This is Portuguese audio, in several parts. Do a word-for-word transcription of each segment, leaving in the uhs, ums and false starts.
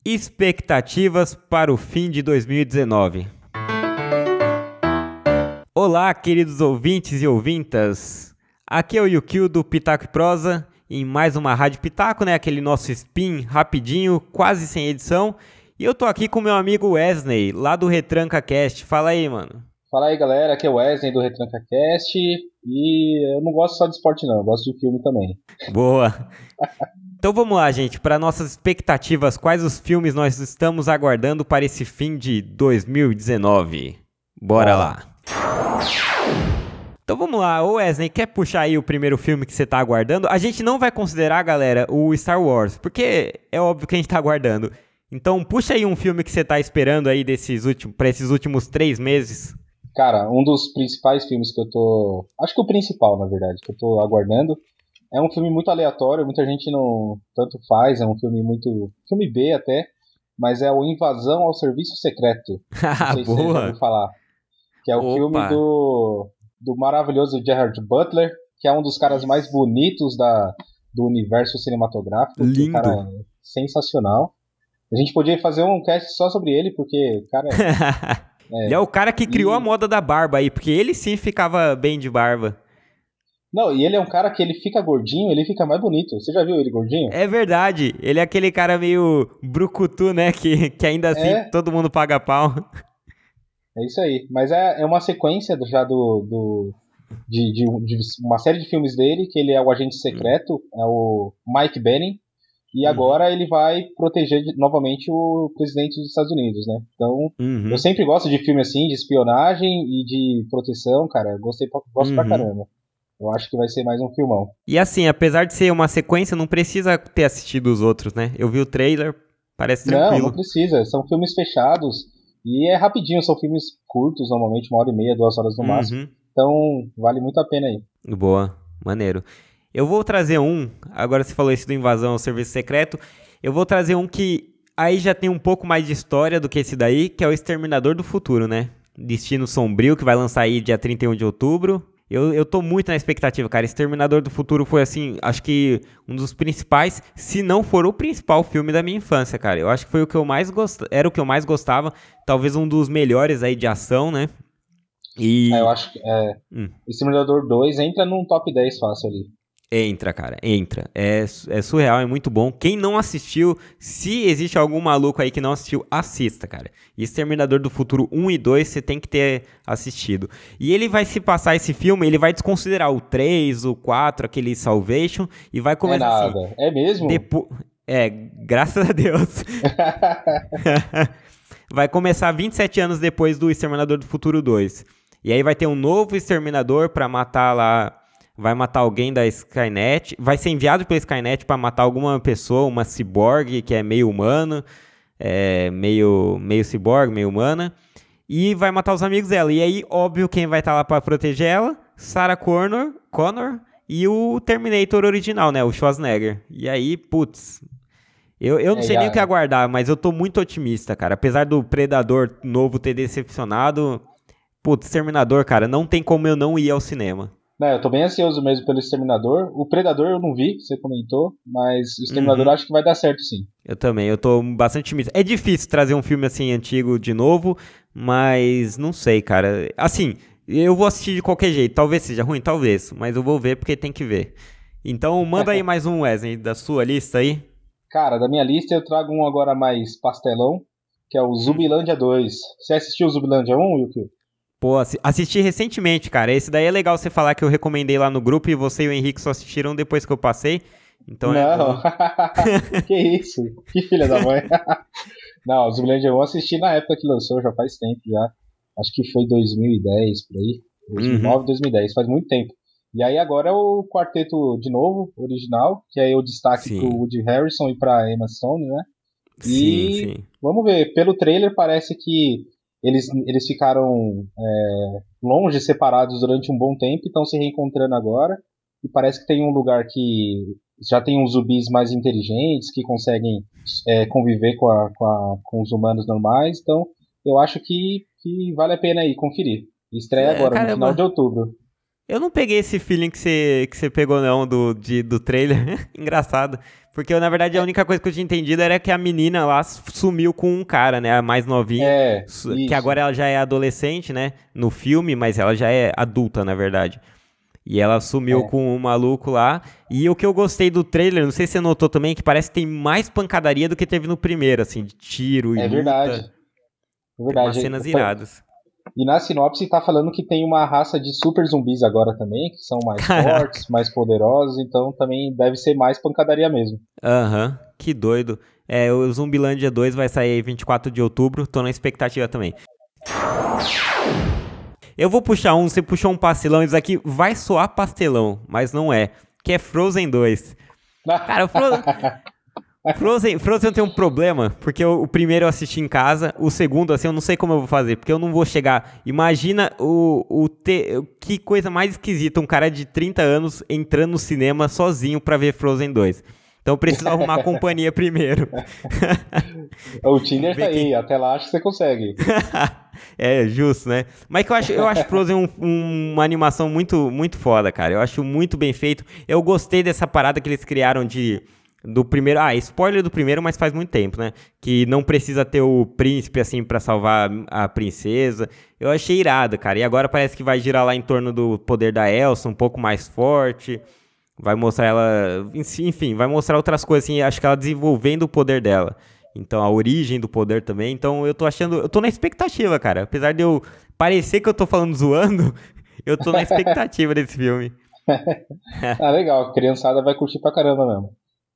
Expectativas para o fim de dois mil e dezenove. Olá, queridos ouvintes e ouvintas. Aqui é o Yukio do Pitaco e Prosa, em mais uma Rádio Pitaco, né? Aquele nosso spin rapidinho, quase sem edição. E eu tô aqui com meu amigo Wesley, lá do Retranca Cast. Fala aí, mano. Fala aí, galera. Aqui é o Wesley do Retranca Cast. E eu não gosto só de esporte, não. Eu gosto de filme também. Boa. Então vamos lá, gente, para nossas expectativas, quais os filmes nós estamos aguardando para esse fim de dois mil e dezenove? Bora lá. Então vamos lá, ô Wesley, quer puxar aí o primeiro filme que você tá aguardando? A gente não vai considerar, galera, o Star Wars, porque é óbvio que a gente tá aguardando. Então puxa aí um filme que você tá esperando aí desses últimos, para esses últimos três meses. Cara, um dos principais filmes que eu tô... Acho que o principal, na verdade, que eu tô aguardando. É um filme muito aleatório, muita gente não tanto faz, é um filme muito... Filme B até, mas é o Invasão ao Serviço Secreto. Não sei se você já ouviu falar. Que é o Opa. filme do, do maravilhoso Gerard Butler, que é um dos caras mais bonitos da, do universo cinematográfico. Lindo. Que, cara, é sensacional. A gente podia fazer um cast só sobre ele, porque, cara... é, ele é o cara que criou e... a moda da barba aí, porque ele sim ficava bem de barba. Não, e ele é um cara que ele fica gordinho, ele fica mais bonito. Você já viu ele gordinho? É verdade. Ele é aquele cara meio brucutu, né? Que, que ainda assim é. todo mundo paga pau. É isso aí. Mas é, é uma sequência já do... do de, de, de uma série de filmes dele, que ele é o agente secreto, hum. é o Mike Benning. E agora uhum. ele vai proteger de, novamente o presidente dos Estados Unidos, né? Então, uhum. eu sempre gosto de filme assim, de espionagem e de proteção, cara. Gostei, gosto uhum. pra caramba. Eu acho que vai ser mais um filmão. E assim, apesar de ser uma sequência, não precisa ter assistido os outros, né? Eu vi o trailer, parece tranquilo. Não, não precisa. São filmes fechados e é rapidinho. São filmes curtos, normalmente uma hora e meia, duas horas no uhum. máximo. Então, vale muito a pena aí. Boa, maneiro. Eu vou trazer um, agora você falou isso do Invasão ao Serviço Secreto, eu vou trazer um que aí já tem um pouco mais de história do que esse daí, que é o Exterminador do Futuro, né? Destino Sombrio, que vai lançar aí dia trinta e um de outubro. Eu, eu tô muito na expectativa, cara. Exterminador do Futuro foi, assim, acho que um dos principais, se não for o principal filme da minha infância, cara. Eu acho que foi o que eu mais gostava, era o que eu mais gostava, talvez um dos melhores aí de ação, né? E... É, eu acho que é, hum. Exterminador dois entra num top dez fácil ali. Entra, cara, entra. É, é surreal, é muito bom. Quem não assistiu, se existe algum maluco aí que não assistiu, assista, cara. Exterminador do Futuro um e dois, você tem que ter assistido. E ele vai se passar esse filme, ele vai desconsiderar o três, o quatro, aquele Salvation, e vai começar é nada. assim... É mesmo? Depo... É, graças a Deus. Vai começar vinte e sete anos depois do Exterminador do Futuro dois. E aí vai ter um novo Exterminador pra matar lá... Vai matar alguém da Skynet, vai ser enviado pela Skynet para matar alguma pessoa, uma ciborgue que é meio humana, é, meio, meio ciborgue, meio humana, e vai matar os amigos dela. E aí, óbvio, quem vai estar tá lá para proteger ela? Sarah Connor, Connor e o Terminator original, né? O Schwarzenegger. E aí, putz, eu, eu não é, sei já, nem o que aguardar, mas eu tô muito otimista, cara. Apesar do Predador novo ter decepcionado, putz, Exterminador, cara, não tem como eu não ir ao cinema. Não, eu tô bem ansioso mesmo pelo Exterminador. O Predador eu não vi, você comentou, mas o Exterminador uhum. acho que vai dar certo sim. Eu também, eu tô bastante otimista. É difícil trazer um filme assim antigo de novo, mas não sei, cara. Assim, eu vou assistir de qualquer jeito. Talvez seja ruim, talvez, mas eu vou ver porque tem que ver. Então manda aí mais um, Wesley, da sua lista aí. Cara, da minha lista eu trago um agora mais pastelão, que é o Zumbilândia dois. Você assistiu o Zumbilândia um, Yukio? Pô, assisti recentemente, cara. Esse daí é legal você falar que eu recomendei lá no grupo e você e o Henrique só assistiram depois que eu passei. Então não, é que isso? Que filha da mãe. Não, o Zumbilândia um eu assisti na época que lançou, já faz tempo já. Acho que foi dois mil e dez, por aí. dois mil e nove, uhum. dois mil e dez, faz muito tempo. E aí agora é o quarteto de novo, original, que aí eu destaque sim. pro Woody Harrelson e pra Emma Stone, né? E sim, sim. Vamos ver, pelo trailer parece que Eles, eles ficaram é, longe, separados durante um bom tempo e estão se reencontrando agora. E parece que tem um lugar que já tem uns zumbis mais inteligentes, que conseguem é, conviver com, a, com, a, com os humanos normais. Então, eu acho que, que vale a pena aí conferir. Estreia é, agora, caramba. No final de outubro. Eu não peguei esse feeling que você, que você pegou, não, do, de, do trailer. Engraçado. Porque, eu, na verdade, a única coisa que eu tinha entendido era que a menina lá sumiu com um cara, né? A mais novinha. É, su- Que isso. agora ela já é adolescente, né? No filme, mas ela já é adulta, na verdade. E ela sumiu É, com um maluco lá. E o que eu gostei do trailer, não sei se você notou também, que parece que tem mais pancadaria do que teve no primeiro, assim, de tiro e é verdade. luta. É Tem umas verdade. cenas iradas. E na sinopse tá falando que tem uma raça de super zumbis agora também, que são mais Caraca. fortes, mais poderosos, então também deve ser mais pancadaria mesmo. Aham, que doido. É, o Zumbilândia dois vai sair vinte e quatro de outubro, tô na expectativa também. Eu vou puxar um, você puxou um pastelão, isso aqui vai soar pastelão, mas não é. Que é Frozen dois. Cara, o Frozen, Frozen, Frozen tem um problema, porque o, o primeiro eu assisti em casa, o segundo, assim, eu não sei como eu vou fazer, porque eu não vou chegar. Imagina o, o te, que coisa mais esquisita, um cara de trinta anos entrando no cinema sozinho pra ver Frozen dois. Então eu preciso arrumar a companhia primeiro. O Tinder tá Ver quem. aí, até lá acho que você consegue. É, justo, né? Mas que eu acho, eu acho Frozen um- um- uma animação muito, muito foda, cara. Eu acho muito bem feito. Eu gostei dessa parada que eles criaram de do primeiro. Ah, spoiler do primeiro, mas faz muito tempo, né? Que não precisa ter o príncipe assim pra salvar a princesa. Eu achei irado, cara. E agora parece que vai girar lá em torno do poder da Elsa, um pouco mais forte. Vai mostrar ela, enfim, vai mostrar outras coisas assim, acho que ela desenvolvendo o poder dela. Então, a origem do poder também. Então, eu tô achando, eu tô na expectativa, cara. Apesar de eu parecer que eu tô falando zoando, eu tô na expectativa desse filme. Ah, legal, a criançada vai curtir pra caramba mesmo.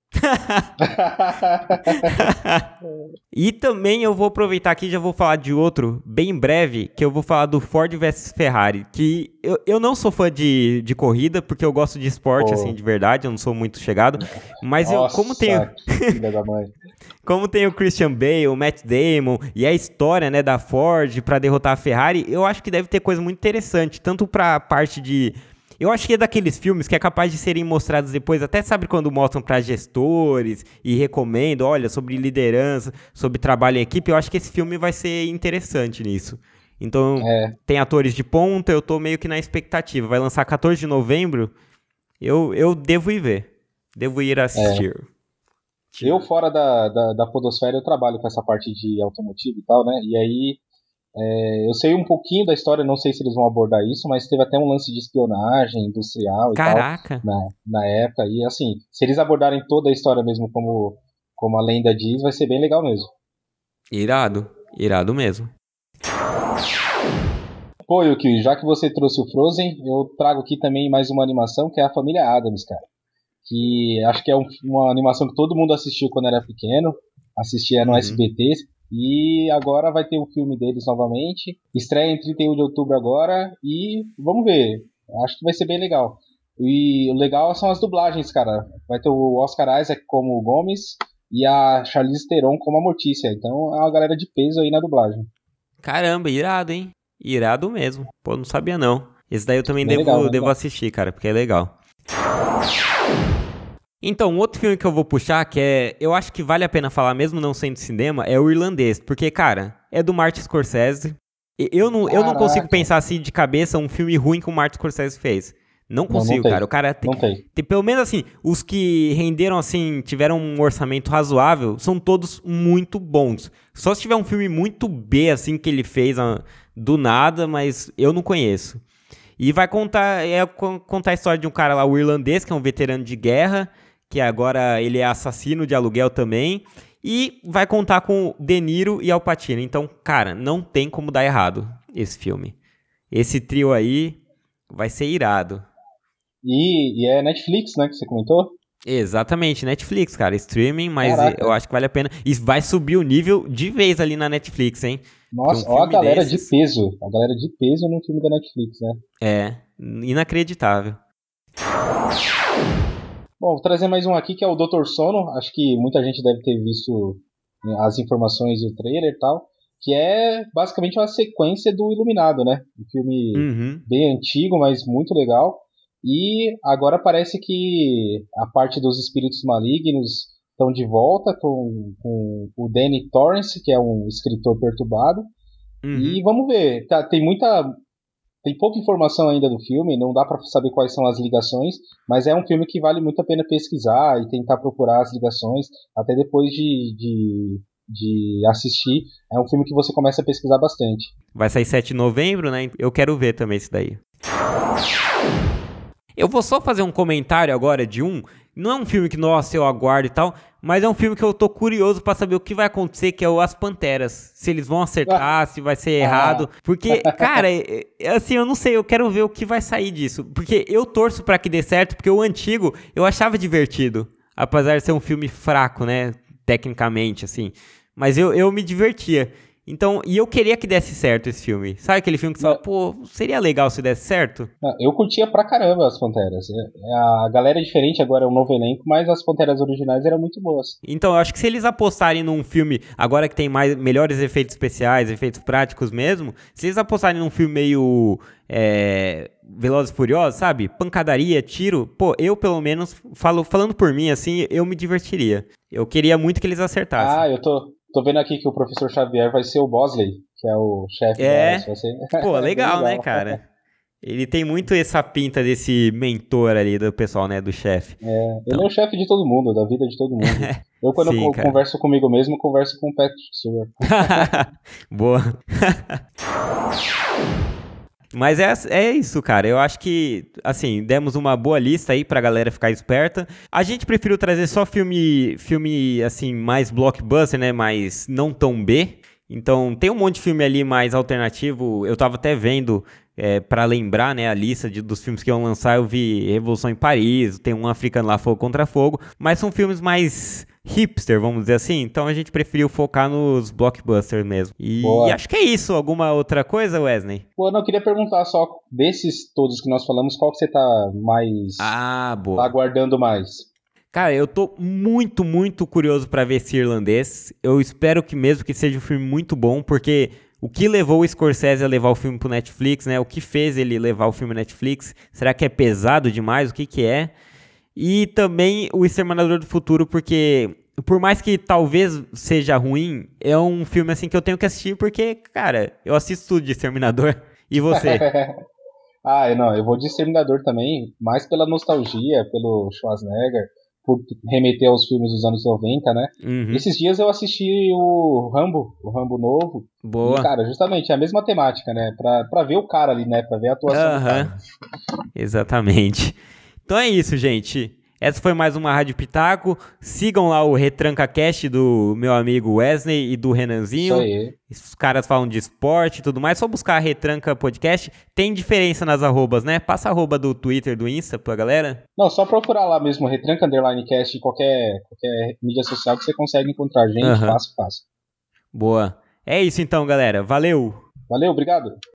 E também eu vou aproveitar aqui e já vou falar de outro, bem breve, que eu vou falar do Ford versus Ferrari. Que eu, eu não sou fã de, de corrida, porque eu gosto de esporte, assim, Pô, de verdade, eu não sou muito chegado. Mas eu, como tenho, nossa, que filha da mãe. como tem o Christian Bale, o Matt Damon e a história, né, da Ford pra derrotar a Ferrari, eu acho que deve ter coisa muito interessante, tanto pra parte de. Eu acho que é daqueles filmes que é capaz de serem mostrados depois, até sabe quando mostram pra gestores e recomendam, olha, sobre liderança, sobre trabalho em equipe, eu acho que esse filme vai ser interessante nisso. Então, É, tem atores de ponta, eu tô meio que na expectativa. Vai lançar quatorze de novembro, eu, eu devo ir ver. Devo ir é. assistir. Eu, fora da, da, da podosfera, eu trabalho com essa parte de automotivo e tal, né? E aí, é, eu sei um pouquinho da história, não sei se eles vão abordar isso, mas teve até um lance de espionagem industrial e tal Caraca, na, na época. E assim, se eles abordarem toda a história mesmo como, como a lenda diz, vai ser bem legal mesmo. irado, irado mesmo. Pô, Yuki, já que você trouxe o Frozen, eu trago aqui também mais uma animação que é a Família Addams, cara. Que acho que é um- uma animação que todo mundo assistiu quando era pequeno, assistia no Uhum. S B T, e agora vai ter o filme deles novamente. Estreia em trinta e um de outubro agora, e vamos ver. Acho que vai ser bem legal. E o legal são as dublagens, cara. Vai ter o Oscar Isaac como o Gomes e a Charlize Theron como a Mortícia. Então é uma galera de peso aí na dublagem. Caramba, irado, hein? Irado mesmo. Pô, não sabia não. Esse daí eu também Bem legal, devo, bem devo legal. assistir, cara, porque é legal. Então, outro filme que eu vou puxar, que é. Eu acho que vale a pena falar, mesmo não sendo cinema, é o Irlandês. Porque, cara, é do Martin Scorsese. E Eu não, eu não consigo Caraca. pensar assim de cabeça um filme ruim que o Martin Scorsese fez. Não Não, não consigo, cara. tem. O cara tem, Não tem. tem- pelo menos assim, os que renderam assim, tiveram um orçamento razoável, são todos muito bons. Só se tiver um filme muito B assim que ele fez ah, do nada, mas eu não conheço. E vai contar, é co- contar a história de um cara lá, o irlandês, que é um veterano de guerra, que agora ele é assassino de aluguel também, e vai contar com o De Niro e Al Pacino. Então, cara, não tem como dar errado esse filme. Esse trio aí vai ser irado. E, e é Netflix, né, que você comentou? Exatamente, Netflix, cara, streaming, mas eu Caraca. acho que vale a pena. E vai subir o nível de vez ali na Netflix, hein? Que um Nossa, ó a filme galera de desses peso. A galera de peso num filme da Netflix, né? é inacreditável. Bom, vou trazer mais um aqui que é o doutor Sono. Acho que muita gente deve ter visto né, as informações e o trailer e tal. Que é basicamente uma sequência do Iluminado, né? Um filme Uhum. bem antigo, mas muito legal. E agora parece que a parte dos espíritos malignos estão de volta com, com o Danny Torrance, que é um escritor perturbado. E Uhum. vamos ver. Tá, tem muita tem pouca informação ainda do filme, não dá pra saber quais são as ligações, mas é um filme que vale muito a pena pesquisar e tentar procurar as ligações, até depois de, de, de assistir. É um filme que você começa a pesquisar bastante. Vai sair sete de novembro, né? Eu quero ver também isso daí. Eu vou só fazer um comentário agora de um... Não é um filme que, nossa, eu aguardo e tal, mas é um filme que eu tô curioso pra saber o que vai acontecer, que é o As Panteras. Se eles vão acertar, ah. se vai ser errado. Porque, cara, é, é, assim, eu não sei, eu quero ver o que vai sair disso. Porque eu torço pra que dê certo, porque o antigo eu achava divertido. Apesar de ser um filme fraco, né, tecnicamente, assim. Mas eu, eu me divertia. Então, e eu queria que desse certo esse filme. Sabe aquele filme que você fala, pô, seria legal se desse certo? Eu curtia pra caramba as Panteras. A galera é diferente, agora é um novo elenco, mas as Panteras originais eram muito boas. Então, eu acho que se eles apostarem num filme, agora que tem mais, melhores efeitos especiais, efeitos práticos mesmo, se eles apostarem num filme meio é, Velozes e Furiosos, sabe? Pancadaria, tiro, pô, eu pelo menos, falo, falando por mim, assim, eu me divertiria. Eu queria muito que eles acertassem. Ah, eu tô... Tô vendo aqui que o professor Xavier vai ser o Bosley, que é o chefe é, da... Ser... Pô, legal, legal, né, cara? Ele tem muito essa pinta desse mentor ali do pessoal, né, do chefe. É, ele então... é o chefe de todo mundo, da vida de todo mundo. Eu, quando Sim, eu cara. converso comigo mesmo, converso com o Patrick Stewart. Boa. Mas é, é isso, cara. Eu acho que, assim, demos uma boa lista aí pra galera ficar esperta. A gente preferiu trazer só filme, filme assim, mais blockbuster, né? Mais não tão B. Então, tem um monte de filme ali mais alternativo. Eu tava até vendo, é, pra lembrar, né, a lista de, dos filmes que iam lançar. Eu vi Revolução em Paris, tem um africano lá, Fogo Contra Fogo. Mas são filmes mais... hipster, vamos dizer assim. Então a gente preferiu focar nos blockbusters mesmo. E, e acho que é isso. Alguma outra coisa, Wesley? Pô, não, eu queria perguntar só, desses todos que nós falamos, qual que você tá mais... Ah, boa. Tá aguardando mais? Cara, eu tô muito, muito curioso pra ver esse irlandês. Eu espero que mesmo que seja um filme muito bom, porque... O que levou o Scorsese a levar o filme pro Netflix, né? O que fez ele levar o filme pro Netflix? Será que é pesado demais? O que que é? E também o Exterminador do Futuro, porque por mais que talvez seja ruim, é um filme assim que eu tenho que assistir, porque, cara, eu assisto tudo de Exterminador. E você? ah, não, eu vou de Exterminador também, mais pela nostalgia, pelo Schwarzenegger, por remeter aos filmes dos anos noventa, né? Uhum. Esses dias eu assisti o Rambo, o Rambo novo. Boa. E, cara, justamente é a mesma temática, né? Pra, pra ver o cara ali, né? Pra ver a atuação uhum. do cara. Exatamente. Então é isso, gente. Essa foi mais uma Rádio Pitaco. Sigam lá o Retranca Cast do meu amigo Wesley e do Renanzinho. Isso aí. Os caras falam de esporte e tudo mais. Só buscar Retranca Podcast. Tem diferença nas arrobas, né? Passa a arroba do Twitter, do Insta pra galera. Não, só procurar lá mesmo Retranca Underline Cast em qualquer, qualquer mídia social que você consegue encontrar a gente. Uhum. Fácil, fácil. Boa. É isso então, galera. Valeu. Valeu, obrigado.